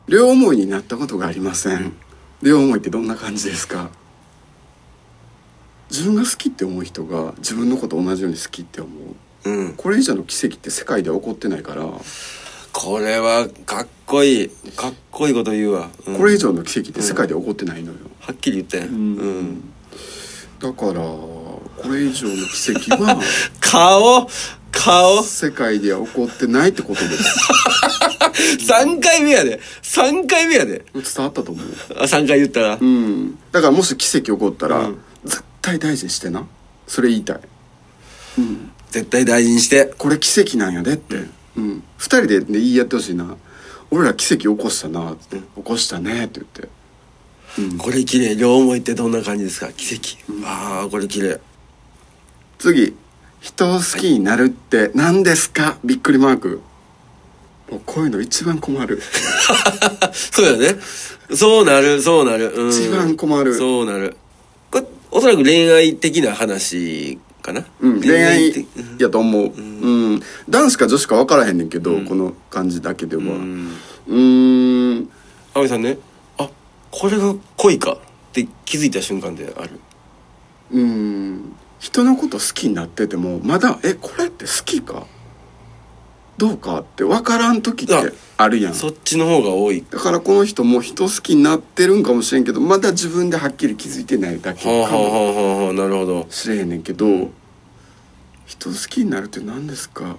両思いになったことがありません。両思いってどんな感じですか？自分が好きって思う人が自分のこと同じように好きって思う、これ以上の奇跡って世界では起こってないから。 これはかっこいいこと言うわ、 これ以上の奇跡って世界では起こってないのよ、 はっきり言ったやん、 だからこれ以上の奇跡は顔世界では起こってないってことです 3回目やで伝わったと思う。 3回言ったら、 だからもし奇跡起こったら、絶対大事にしてな。それ言いたい。 絶対大事にして。 これ奇跡なんやでって、2人で言い合ってほしいな。俺ら奇跡起こしたなって、起こしたねって言って、 これ綺麗。両思いってどんな感じですか？奇跡、ああこれ綺麗。 次、人を好きになるって何ですか？びっくりマーク。もうこういうの一番困るそうだね、そうなる、 一番困る。 そうなる。これおそらく恋愛的な話かな、 恋愛やと思う、男子か女子か分からへんねんけど、この感じだけでは阿部さんね、あ、これが恋かって気づいた瞬間である？ 人のこと好きになっててもまだこれって好きかどうかって分からん時ってあるやん。 そっちの方が多い。 だからこの人も人好きになってるんかもしれんけど、まだ自分ではっきり気づいてないだけかもなるほどしれへんねんけど、人好きになるって何ですか？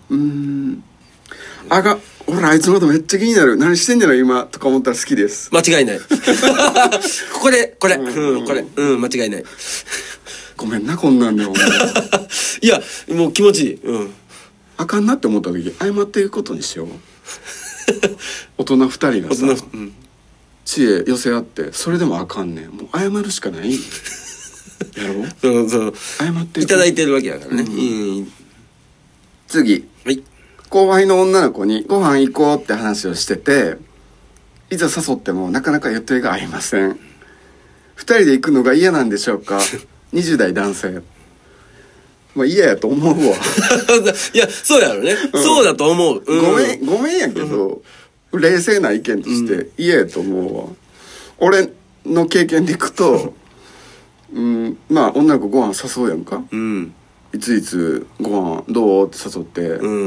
俺あいつのことめっちゃ気になる、何してんねやろ今とか思ったら好きです。 間違いないこれ間違いない。 ごめんなこんなんでもいやもう気持ちいい、 あかんなって思った時謝っていくことにしよう大人2人がさ、知恵寄せ合って、それでもあかんねん、もう謝るしかないやろそう謝っていただいてるわけだからね、 次、後輩の女の子にご飯行こうって話をしてて、いざ誘ってもなかなか予定が合いません。2人で行くのが嫌なんでしょうか20代男性。まあ嫌やと思うわいやそうやろね、そうだと思う、 ごめんやけど、冷静な意見として嫌やと思うわ。俺の経験でいくとまあ女の子ご飯誘うやんか、いついつご飯どうって誘って、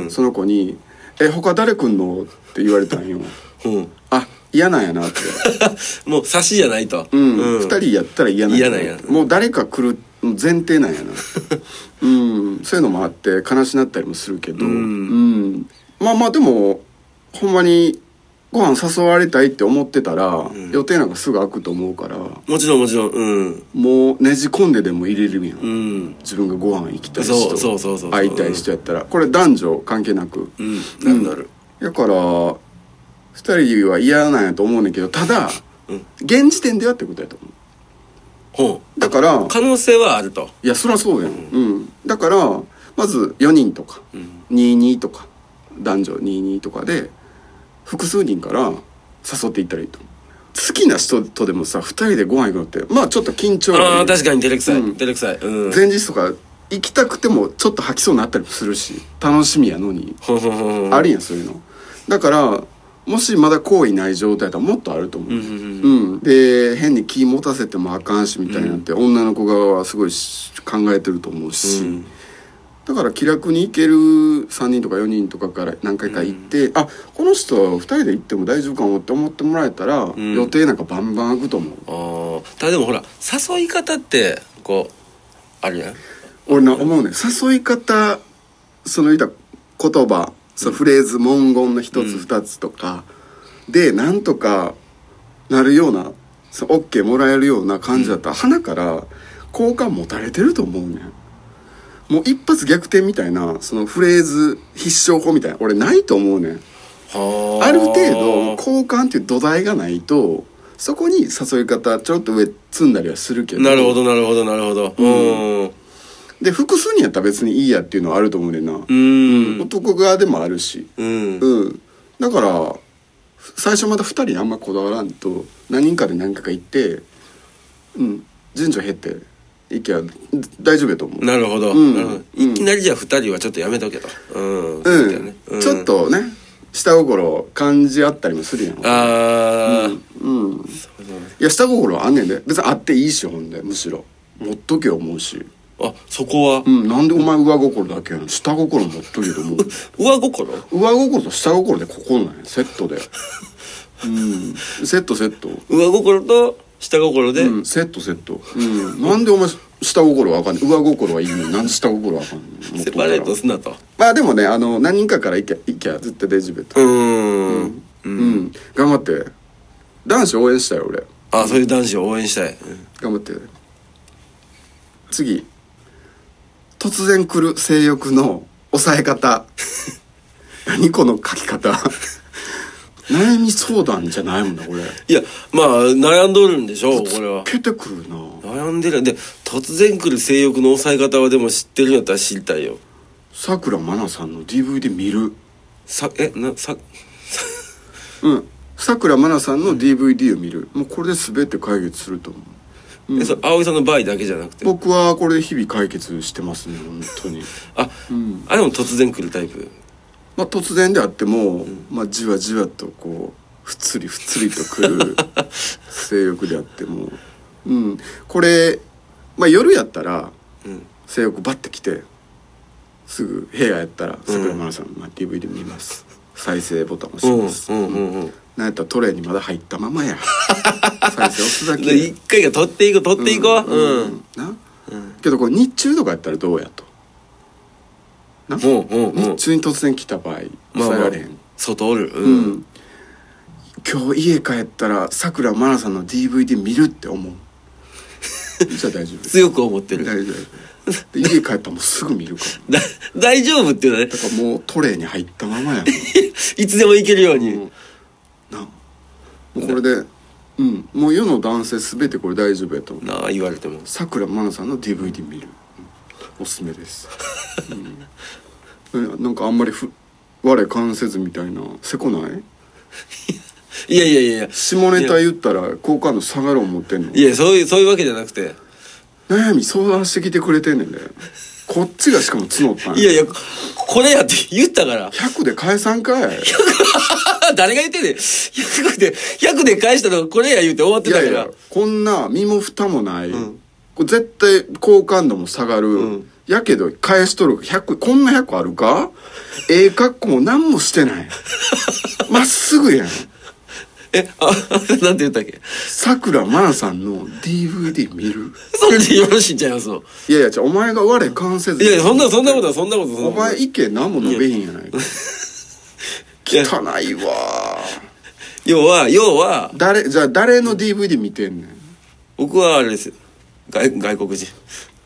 その子に他誰来んのって言われたんよ、あ、嫌なんやなってもう差しじゃないと、 2人やったら嫌なんやもう誰か来る前提なんやなそういうのもあって悲しなったりもするけど、まあでもほんまにご飯誘われたいって思ってたら、予定なんかすぐ開くと思うから、 もちろん、 もうねじ込んででも入れるやん、自分がご飯行きたい人、 そう会いたい人やったら、これ男女関係なくなる。 だから2人は嫌なんやと思うねんけど、ただ、現時点ではってことやと思う。だから可能性はあると。 いやそりゃそうやん、だからまず4人とか、22とか男女22とかで複数人から誘っていったらいいと思う。好きな人とでもさ2人でご飯行くのってまあちょっと緊張ある、確かに照れくさい、 前日とか行きたくてもちょっと吐きそうになったりもするし、楽しみやのにあるやんそういうの。だからもしまだ好意ない状態だったらもっとあると思う、で変に気持たせてもあかんしみたいなって、女の子側はすごい考えてると思うし、だから気楽に行ける3人とか4人とかから何回か行って、あ、この人2人で行っても大丈夫かもって思ってもらえたら、予定なんかバンバン開くと思う。 ただでもほら誘い方ってこうあるやん。 俺思うね、誘い方、その言った言葉、そのフレーズ、文言の一つ二つとかでなんとかなるような、その OK もらえるような感じだったら、鼻から好感持たれてると思うねん。もう一発逆転みたいな、そのフレーズ必勝法みたいな俺ないと思うねん。ある程度好感っていう土台がないと、そこに誘い方ちょっと上積んだりはするけど。 なるほど、 で複数人やったら別にいいやっていうのはあると思うねんな。男側でもあるし、だから最初また2人あんまこだわらんと、何人かで何回か行って順序減っていけば大丈夫やと思う。 なるほど、いきなりじゃあ2人はちょっとやめとけと、 ちょっとね下心感じ合ったりもするやん。 ああ、 うん、いや下心はあんねんで、別にあっていいし、ほんでむしろ持っとけ思うし。 あ、そこは、 なんでお前上心だけやの、下心持っとけと思う。 上心上心と下心でここなんや、セットで。セット。 上心と下心で、 セット。なんでお前下心はあかんねん。上心はいいのになんで下心はあかんねん。 セパレートすんなと。 まあでもね、何人かから行きゃ絶対大丈夫やと。頑張って。男子応援したよ俺。 あ、そういう男子を応援したい。 頑張って。次、突然来る性欲の抑え方。何この書き方。悩み相談じゃないもんなこれ。 いや、まあ悩んどるんでしょう、これは。 つけてくるな。 悩んでる。で、突然来る性欲の抑え方はでも知ってるんやったら知りたいよ。 さくらまなさんの DVD 見る。さくらまなさんの DVD を見る。もうこれで全て解決すると思う。 それ葵さんの場合だけじゃなくて、 僕はこれで日々解決してますね、本当に。 あれも突然来るタイプ。 まあ突然であっても、まあじわじわとこうふつりとくる性欲であっても、これ、まあ夜やったら、性欲バッてきてすぐ部屋やったらさくらまなさん、DVD 見ます、再生ボタン押します、なんやったらトレイにまだ入ったままや。再生押すだけ。 一回が取っていこう。 けどこれ日中とかやったらどうやと。日中に突然来た場合抑えられへん。 外おる。 今日家帰ったらさくらまなさんの DVD 見るって思う。じゃあ大丈夫。 強く思ってる。 大丈夫。家帰ったらもうすぐ見るから。 大丈夫っていうのはね。 だからもうトレイに入ったままや。 いつでも行けるように。 もうこれで、もう世の男性すべてこれ大丈夫やと思う。 なあ言われても。 さくらまなさんの DVD 見る。おすすめです。なんかあんまり我関せずみたいな、せこない？ いや下ネタ言ったら好感度下がる思ってんの？ いや、そういうわけじゃなくて、 悩み相談してきてくれてんねんで、こっちがしかも募ったんや。いやこれやって言ったから 100で返さんかい。 誰が言ってんねん。100で返したのがこれや言うて終わってたから。いやこんな身も蓋もない、これ絶対好感度も下がる、やけど返しとる100、こんな100あるか。格好も何もしてない。まっすぐやん。 なんて言ったっけ。 さくらまなさんの DVD 見る。 それでよろしいんちゃいますの。 いやお前が我関せず。 いやそんなことお前意見何も述べへんやないか。汚いわ。 要はじゃあ誰の DVD 見てんねん。 僕はあれですよ、外国人。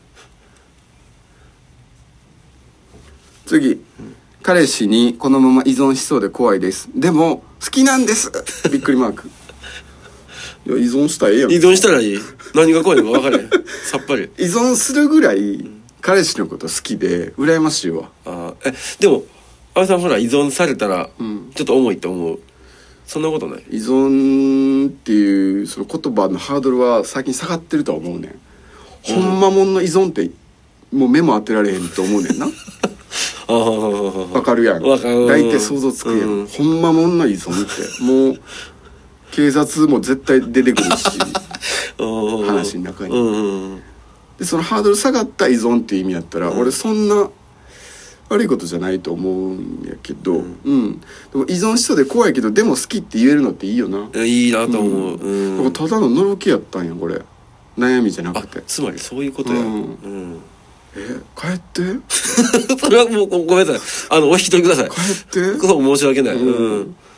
次、彼氏にこのまま依存しそうで怖いです、でも好きなんです。びっくりマーク。いや依存したらええやん。 依存したらいい。何が怖いのか分かれへん。さっぱり。 依存するぐらい彼氏のこと好きで羨ましいわ。 でも葵さんほら依存されたらちょっと重いって思う。そんなことない。 依存っていうその言葉のハードルは最近下がってるとは思うねん。ほんまもんの依存ってもう目も当てられへんと思うねんな。わかるやん。大体想像つくやん。ほんまもんの依存ってもう警察も絶対出てくるし話の中に。でそのハードル下がった依存っていう意味やったら、俺そんな悪いことじゃないと思うんやけど、でも依存しそうで怖いけどでも好きって言えるのっていいよな。 いいなと思う。 ただののろけやったんやこれ。悩みじゃなくて。 つまりそういうことや。 帰ってそれはもうごめんなさい、お引き取りください。 帰って申し訳ない。